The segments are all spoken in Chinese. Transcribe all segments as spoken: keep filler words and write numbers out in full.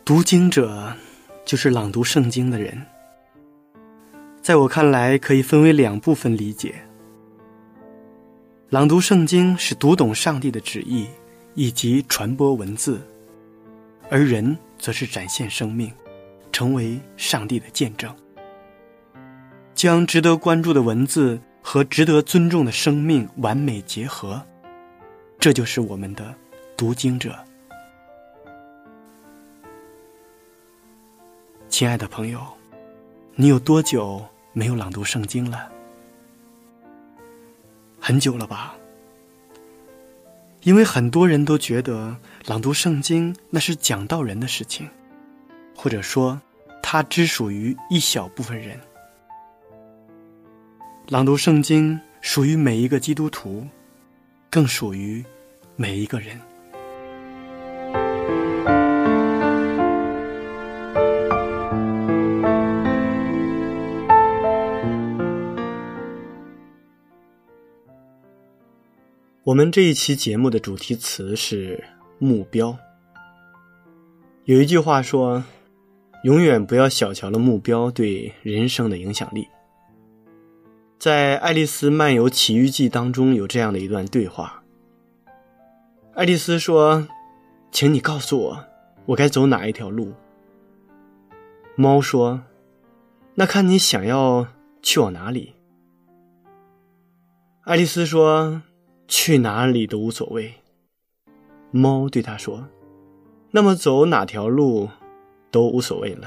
读经者就是朗读圣经的人，在我看来可以分为两部分理解。朗读圣经是读懂上帝的旨意以及传播文字，而人则是展现生命，成为上帝的见证，将值得关注的文字和值得尊重的生命完美结合，这就是我们的读经者。亲爱的朋友，你有多久没有朗读圣经了？很久了吧？因为很多人都觉得朗读圣经那是讲道人的事情，或者说它只属于一小部分人。朗读圣经属于每一个基督徒，更属于每一个人。我们这一期节目的主题词是目标。有一句话说，永远不要小瞧了目标对人生的影响力。在《爱丽丝漫游奇遇记》当中有这样的一段对话。爱丽丝说，请你告诉我，我该走哪一条路。猫说，那看你想要去往哪里。爱丽丝说，去哪里都无所谓。猫对他说，那么走哪条路都无所谓了。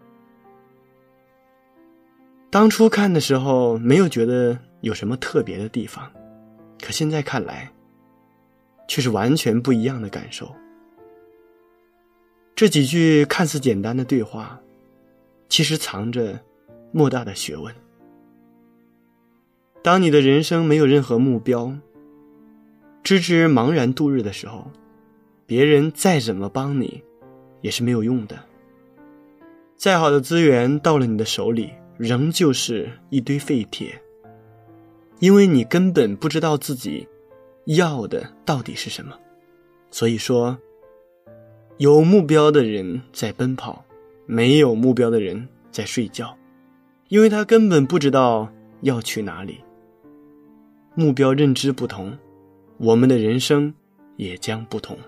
当初看的时候没有觉得有什么特别的地方，可现在看来却是完全不一样的感受。这几句看似简单的对话，其实藏着莫大的学问。当你的人生没有任何目标，知之茫然度日的时候，别人再怎么帮你也是没有用的。再好的资源到了你的手里，仍旧是一堆废铁，因为你根本不知道自己要的到底是什么。所以说，有目标的人在奔跑，没有目标的人在睡觉，因为他根本不知道要去哪里。目标认知不同，我们的人生也将不同。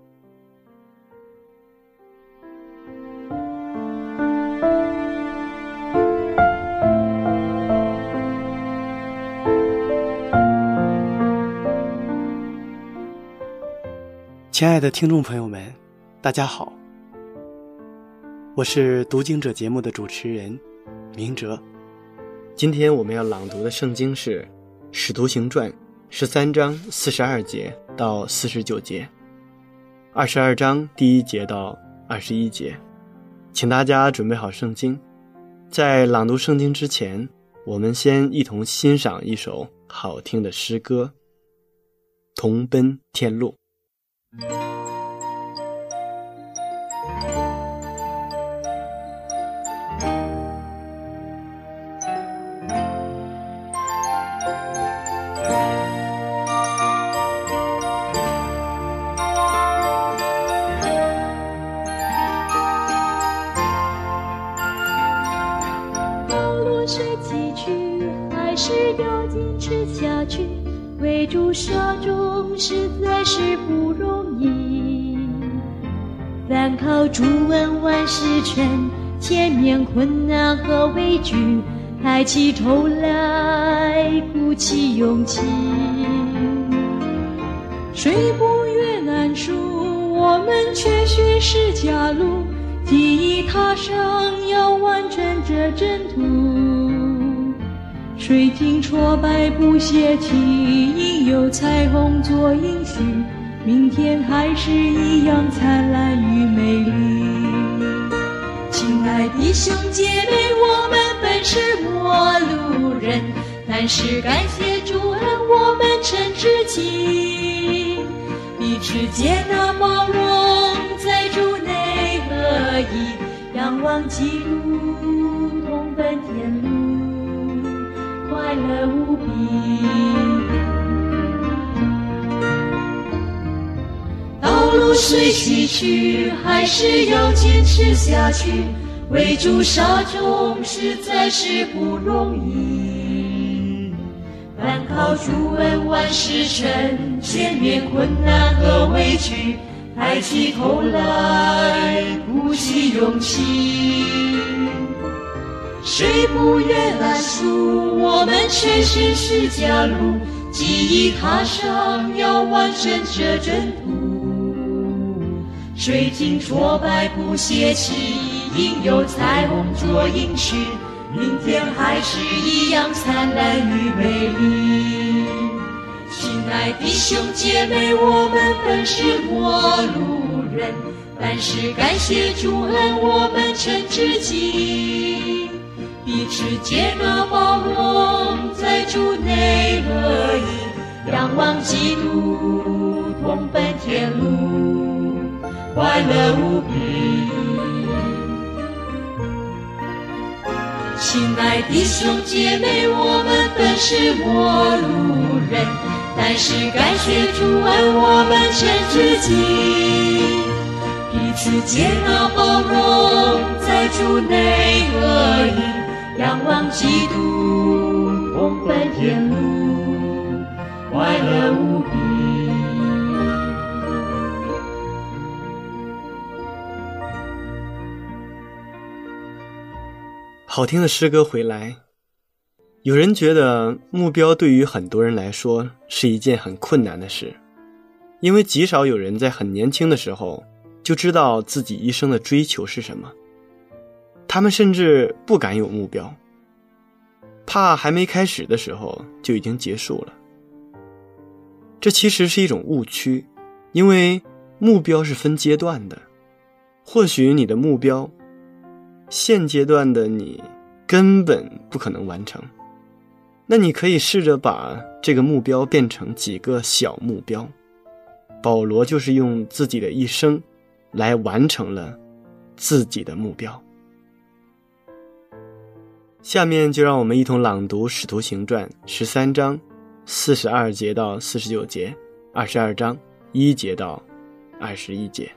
亲爱的听众朋友们，大家好，我是读经者节目的主持人明哲。今天我们要朗读的圣经是《使徒行传》十三章四十二节到四十九节，二十二章第一节到二十一节。请大家准备好圣经。在朗读圣经之前，我们先一同欣赏一首好听的诗歌《同奔天路》。 为主杀众实在是不容易，但靠主恩万事全，前面困难和畏惧，抬起头来鼓起勇气。水不越难数，我们却寻是假路，提议踏上要完成这征途。水晶挫败不泄气，应有彩虹做应许，明天还是一样灿烂与美丽。亲爱弟兄姐妹，我们本是陌路人，但是感谢主恩，我们曾知己，彼此接纳包容，在主内合一，仰望基督，同奔天路，快乐无比。道道路虽崎岖，还是要坚持下去，为主杀众实在是不容易。但靠主恩万事成，前面困难和委屈，抬起头来鼓起勇气。谁不愿安舒？我们全是释迦路，记忆踏上要完成这征途。水晶挫败不泄气，应有彩虹做引驱，明天还是一样灿烂与美丽。亲爱弟兄姐妹，我们本是陌路人，但是感谢主恩，我们成知己。彼此接纳包容，在主内合一，仰望基督，同奔天路，快乐无比。亲爱弟兄姐妹，我们本是陌路人，但是感谢主恩，我们成知己。彼此接纳包容，在主内合一，仰望基督，同奔天路，快乐无比。 好听的诗歌回来，有人觉得目标对于很多人来说是一件很困难的事，因为极少有人在很年轻的时候就知道自己一生的追求是什么。他们甚至不敢有目标，怕还没开始的时候就已经结束了。这其实是一种误区，因为目标是分阶段的。或许你的目标，现阶段的你根本不可能完成，那你可以试着把这个目标变成几个小目标。保罗就是用自己的一生来完成了自己的目标。下面就让我们一同朗读《使徒行传》十三章四十二节到四十九节，二十二章一节到二十一节。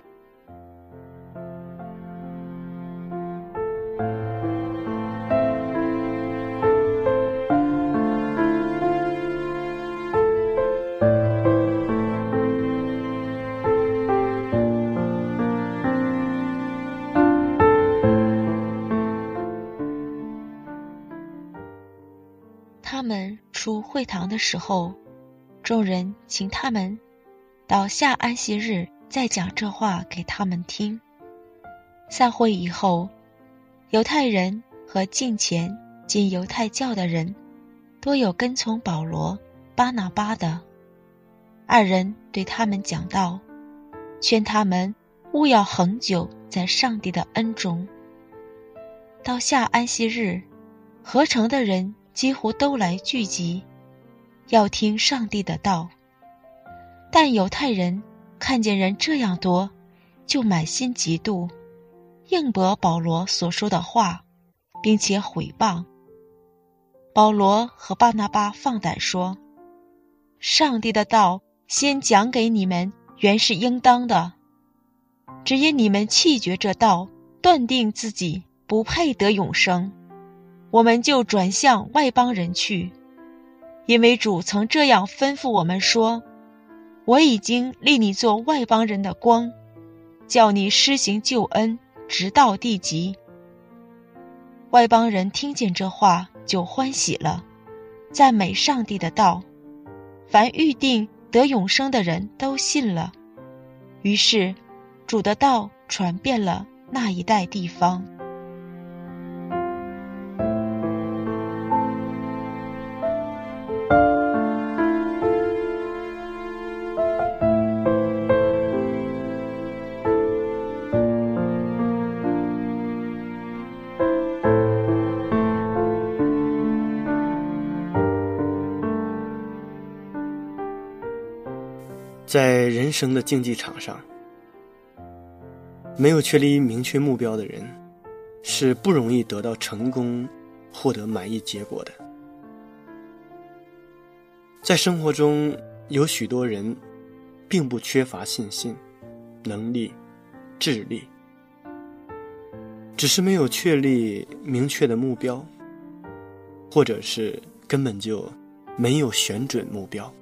他们出会堂的时候，众人请他们到下安息日再讲这话给他们听。散会以后，犹太人和敬虔进犹太教的人多有跟从保罗、巴拿巴的。二人对他们讲道，劝他们务要恒久在上帝的恩中。到下安息日，合城的人几乎都来聚集，要听上帝的道。但犹太人看见人这样多，就满心嫉妒，应驳保罗所说的话，并且毁谤。保罗和巴拿巴放胆说，上帝的道先讲给你们，原是应当的。只因你们弃绝这道，断定自己不配得永生，我们就转向外邦人去。因为主曾这样吩咐我们说，我已经立你做外邦人的光，叫你施行救恩，直到地极。外邦人听见这话就欢喜了，赞美上帝的道，凡预定得永生的人都信了。于是主的道传遍了那一带地方。 在人生的竞技场上，没有确立明确目标的人是不容易得到成功，获得满意结果的。在生活中有许多人并不缺乏信心， 能力、智力，只是没有确立明确的目标，或者是根本就没有选准目标。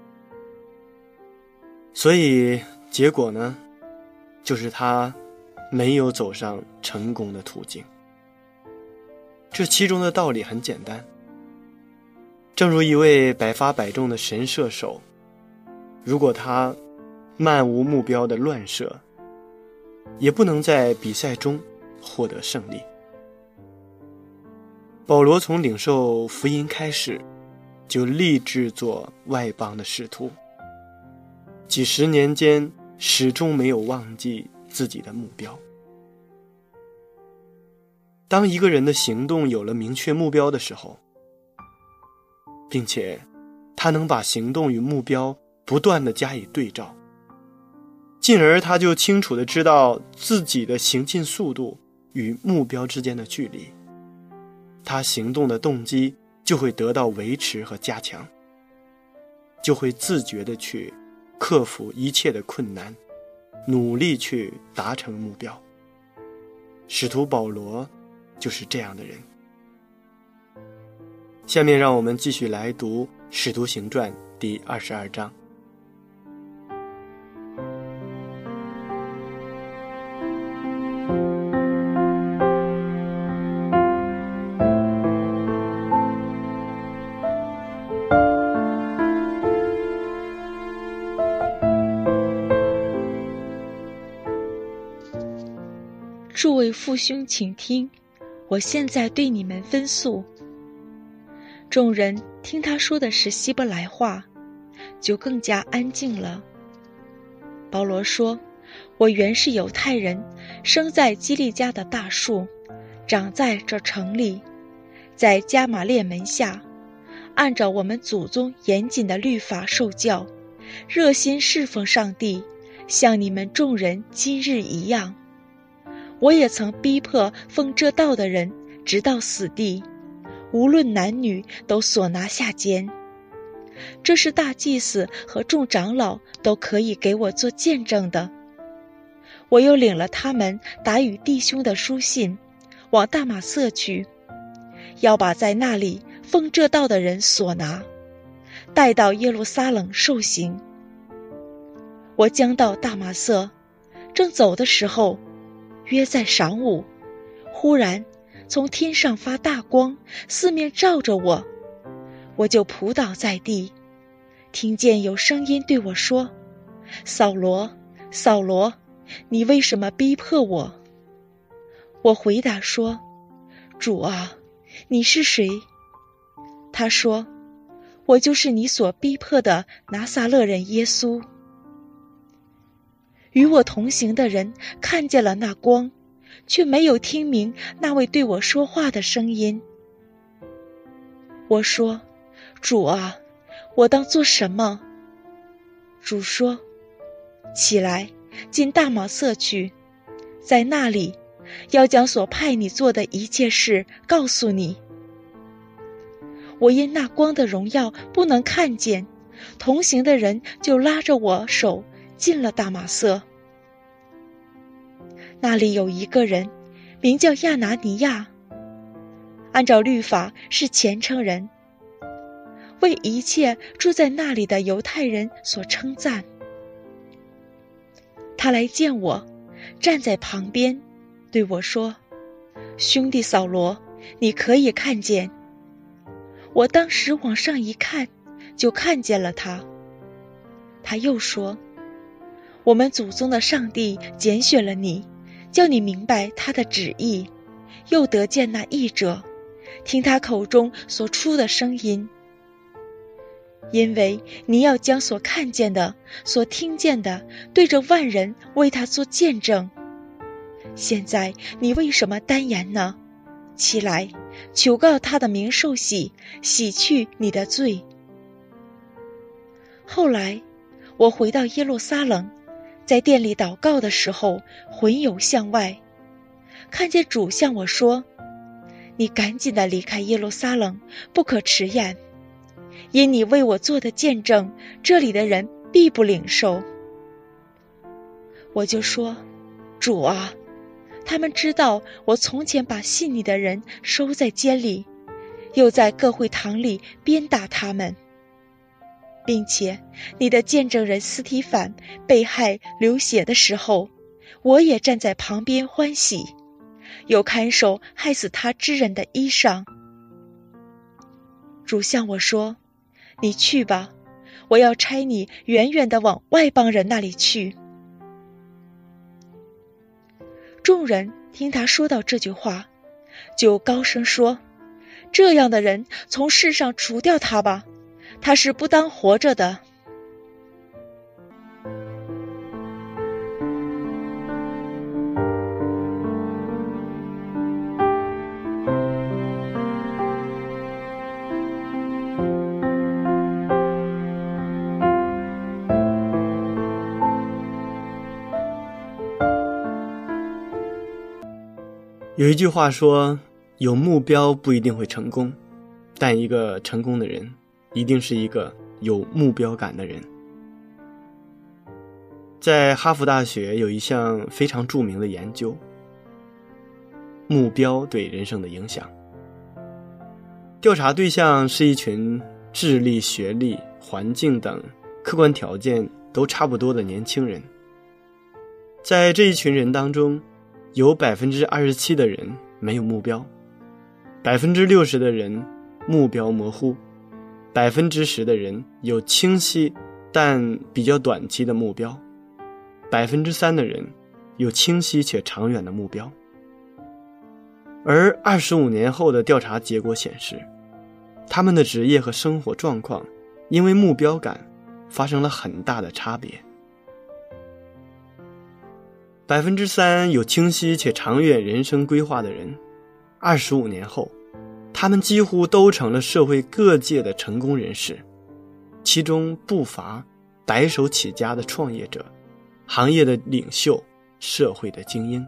所以结果呢，就是他没有走上成功的途径。这其中的道理很简单，正如一位百发百中的神射手，如果他漫无目标的乱射，也不能在比赛中获得胜利。保罗从领受福音开始，就立志做外邦的使徒，几十年间始终没有忘记自己的目标。当一个人的行动有了明确目标的时候，并且他能把行动与目标不断地加以对照，进而他就清楚地知道自己的行进速度与目标之间的距离，他行动的动机就会得到维持和加强，就会自觉地去克服一切的困难，努力去达成目标。使徒保罗就是这样的人。下面让我们继续来读《使徒行传》第二十二章。 诸位父兄请听，我现在对你们分诉。众人听他说的是希伯来话，就更加安静了。保罗说，我原是犹太人，生在基利家的大树，长在这城里，在加玛列门下，按照我们祖宗严谨的律法受教，热心侍奉上帝，像你们众人今日一样。我也曾逼迫奉这道的人，直到死地，无论男女都所拿下监。这是大祭司和众长老都可以给我做见证的。我又领了他们打与弟兄的书信，往大马色去，要把在那里奉这道的人所拿，带到耶路撒冷受刑。我将到大马色，正走的时候，约在晌午，忽然从天上发大光，四面照着我，我就仆倒在地，听见有声音对我说，扫罗，扫罗，你为什么逼迫我？我回答说，主啊，你是谁？他说，我就是你所逼迫的拿撒勒人耶稣。与我同行的人看见了那光，却没有听明那位对我说话的声音。我说，主啊，我当做什么？主说，起来，进大马色去，在那里要将所派你做的一切事告诉你。我因那光的荣耀不能看见，同行的人就拉着我手进了大马色。那里有一个人名叫亚拿尼亚，按照律法是虔诚人，为一切住在那里的犹太人所称赞。他来见我，站在旁边对我说，兄弟扫罗，你可以看见。我当时往上一看，就看见了他。他又说，我们祖宗的上帝拣选了你，叫你明白他的旨意，又得见那译者，听他口中所出的声音。因为你要将所看见的、所听见的，对着万人为他做见证。现在你为什么单言呢？起来，求告他的名受洗，洗去你的罪。后来我回到耶路撒冷，在殿里祷告的时候，魂游向外，看见主向我说，你赶紧地离开耶路撒冷，不可迟延，因你为我做的见证，这里的人必不领受。 我就说，主啊，他们知道我从前把信你的人收在监里，又在各会堂里鞭打他们，并且你的见证人司提反被害流血的时候，我也站在旁边欢喜，又看守害死他之人的衣裳。主向我说，你去吧，我要差你远远地往外邦人那里去。众人听他说到这句话，就高声说，这样的人从世上除掉他吧，他是不当活着的。 有一句话说，有目标不一定会成功，但一个成功的人一定是一个有目标感的人。在哈佛大学有一项非常著名的研究，目标对人生的影响。调查对象是一群智力、学历、环境等客观条件都差不多的年轻人。在这一群人当中，有 百分之二十七 的人没有目标， 百分之六十 的人目标模糊， 百分之十 的人有清晰但比较短期的目标， 百分之三 的人有清晰且长远的目标。而二十五年后的调查结果显示，他们的职业和生活状况因为目标感发生了很大的差别。百分之三 有清晰且长远人生规划的人，二十五年后，他们几乎都成了社会各界的成功人士，其中不乏白手起家的创业者、行业的领袖、社会的精英。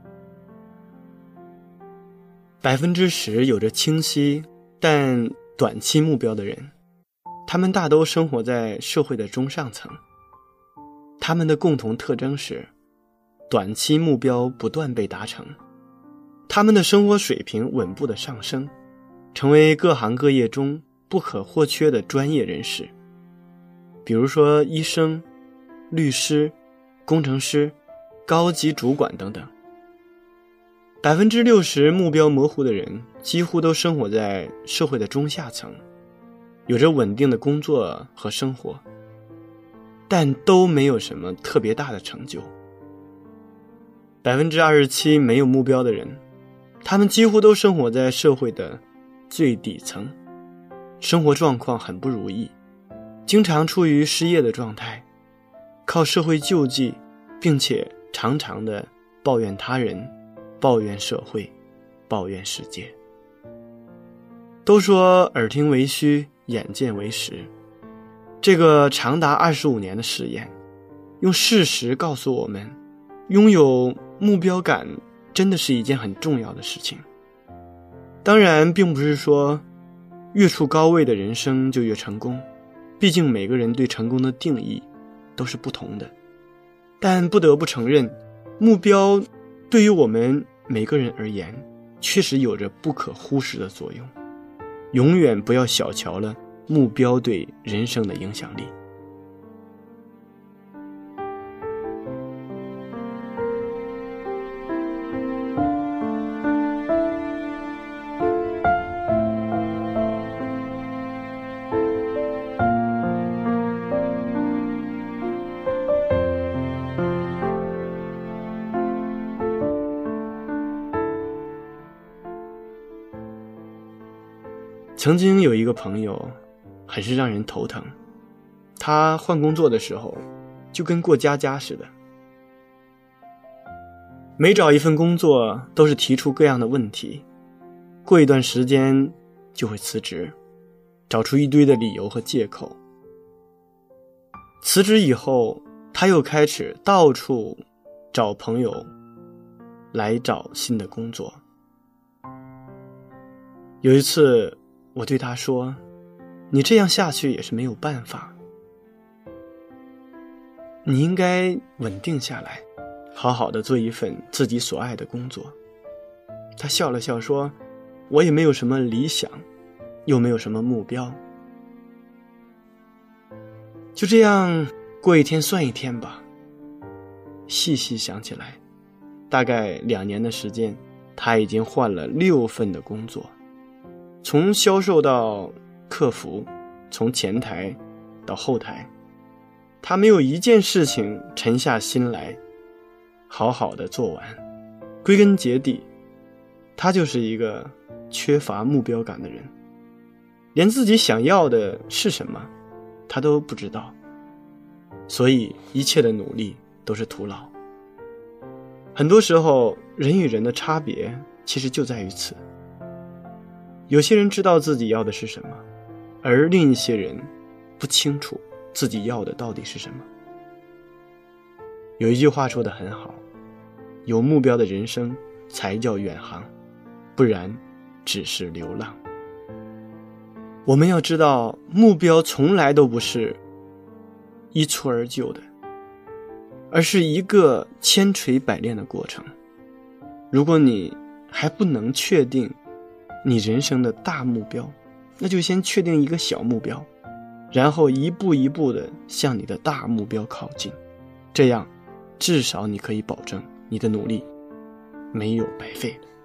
百分之十 有着清晰但短期目标的人，他们大都生活在社会的中上层。他们的共同特征是短期目标不断被达成，他们的生活水平稳步的上升，成为各行各业中不可或缺的专业人士，比如说医生、律师、工程师、高级主管等等。百分之六十 目标模糊的人几乎都生活在社会的中下层，有着稳定的工作和生活，但都没有什么特别大的成就。百分之二十七 没有目标的人，他们几乎都生活在社会的最底层，生活状况很不如意，经常处于失业的状态，靠社会救济，并且常常的抱怨他人，抱怨社会，抱怨世界。都说耳听为虚，眼见为实，这个长达二十五年的实验，用事实告诉我们，拥有目标感真的是一件很重要的事情。当然并不是说越处高位的人生就越成功，毕竟每个人对成功的定义都是不同的。但不得不承认，目标对于我们每个人而言确实有着不可忽视的作用。永远不要小瞧了目标对人生的影响力。曾经有一个朋友很是让人头疼，他换工作的时候就跟过家家似的，每找一份工作都是提出各样的问题，过一段时间就会辞职，找出一堆的理由和借口。辞职以后他又开始到处找朋友来找新的工作。有一次我对他说，你这样下去也是没有办法，你应该稳定下来， 好好的做一份自己所爱的工作。他笑了笑说，我也没有什么理想，又没有什么目标，就这样过一天算一天吧。细细想起来，大概两年的时间，他已经换了六份的工作，从销售到客服，从前台到后台，他没有一件事情沉下心来好好的做完。归根结底，他就是一个缺乏目标感的人，连自己想要的是什么他都不知道，所以一切的努力都是徒劳。很多时候人与人的差别其实就在于此，有些人知道自己要的是什么，而另一些人不清楚自己要的到底是什么。有一句话说得很好，有目标的人生才叫远航，不然只是流浪。我们要知道，目标从来都不是一蹴而就的，而是一个千锤百炼的过程。如果你还不能确定你人生的大目标，那就先确定一个小目标，然后一步一步地向你的大目标靠近，这样至少你可以保证你的努力没有白费的。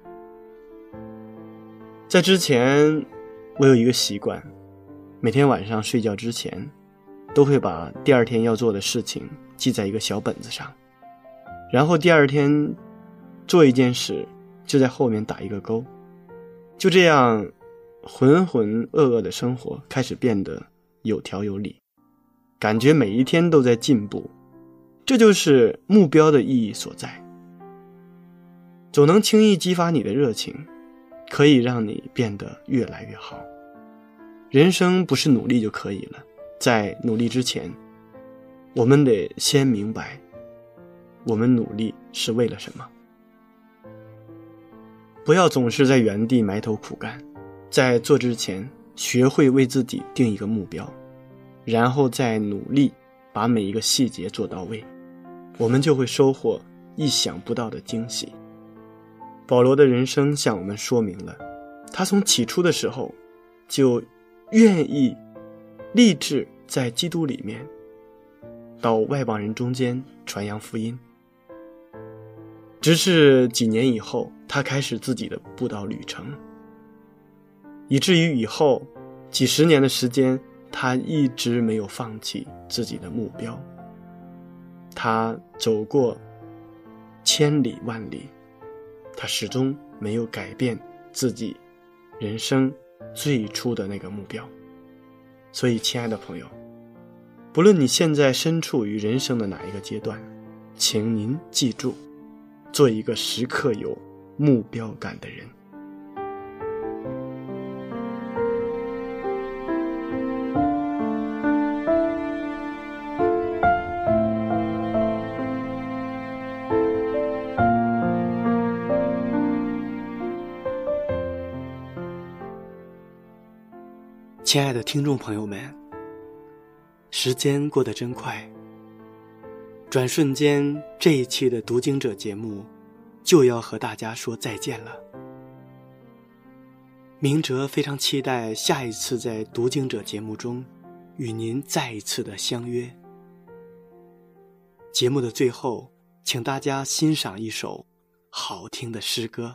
在之前我有一个习惯，每天晚上睡觉之前都会把第二天要做的事情记在一个小本子上，然后第二天做一件事就在后面打一个勾。就这样浑浑噩噩的生活开始变得有条有理，感觉每一天都在进步，这就是目标的意义所在。总能轻易激发你的热情，可以让你变得越来越好。人生不是努力就可以了，在努力之前，我们得先明白我们努力是为了什么。不要总是在原地埋头苦干，在做之前学会为自己定一个目标，然后再努力把每一个细节做到位，我们就会收获意想不到的惊喜。保罗的人生向我们说明了，他从起初的时候就愿意立志在基督里面到外邦人中间传扬福音。直至几年以后，他开始自己的布道旅程，以至于以后几十年的时间，他一直没有放弃自己的目标。他走过千里万里，他始终没有改变自己人生最初的那个目标。所以亲爱的朋友，不论你现在身处于人生的哪一个阶段，请您记住，做一个时刻有目标感的人。亲爱的听众朋友们，时间过得真快，转瞬间这一期的读经者节目就要和大家说再见了。明哲非常期待下一次在读经者节目中与您再一次的相约。节目的最后，请大家欣赏一首好听的诗歌。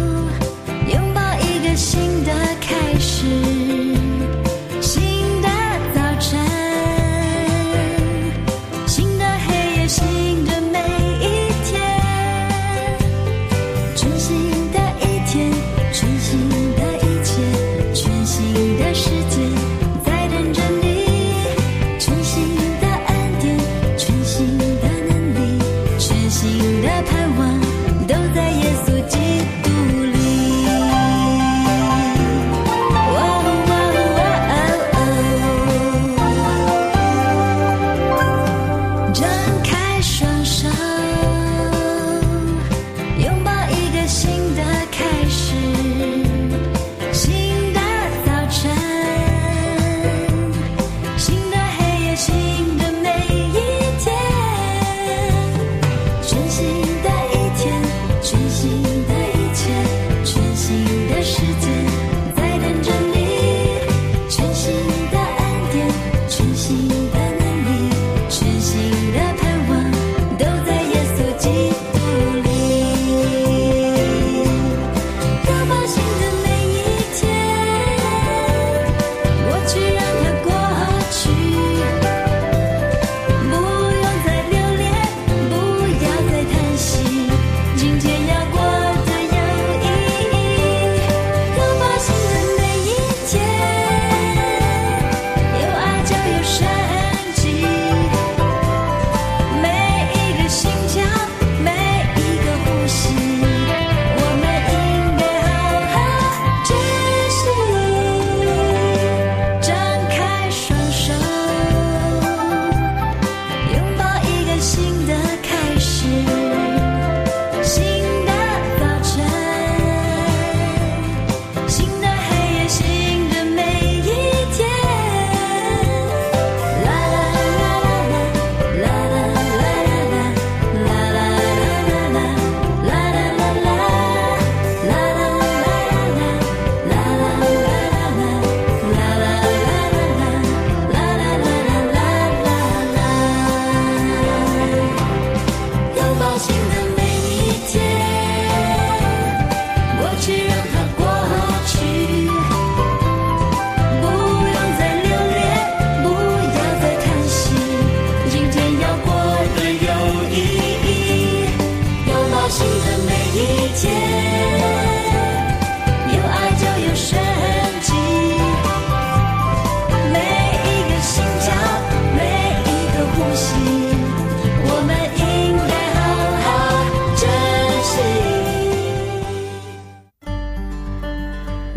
新的开始，新的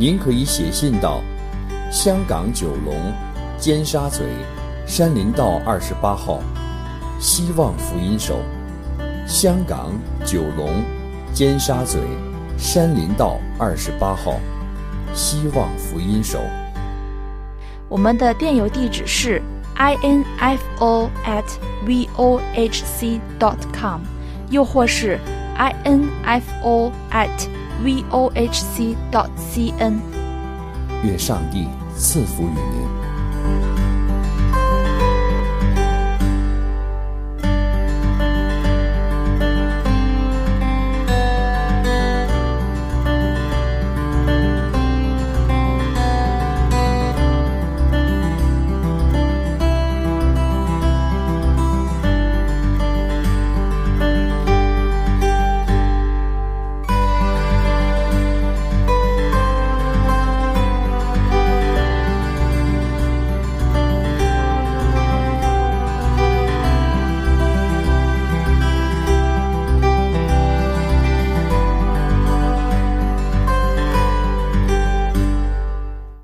您可以写信到香港九龙尖沙咀山林道二十八号，希望福音手。香港九龙尖沙咀山林道二十八号，希望福音手。 我们的电邮地址是 info at vohc dot com， 又或是 info at vohc dot cn。 愿上帝赐福于您。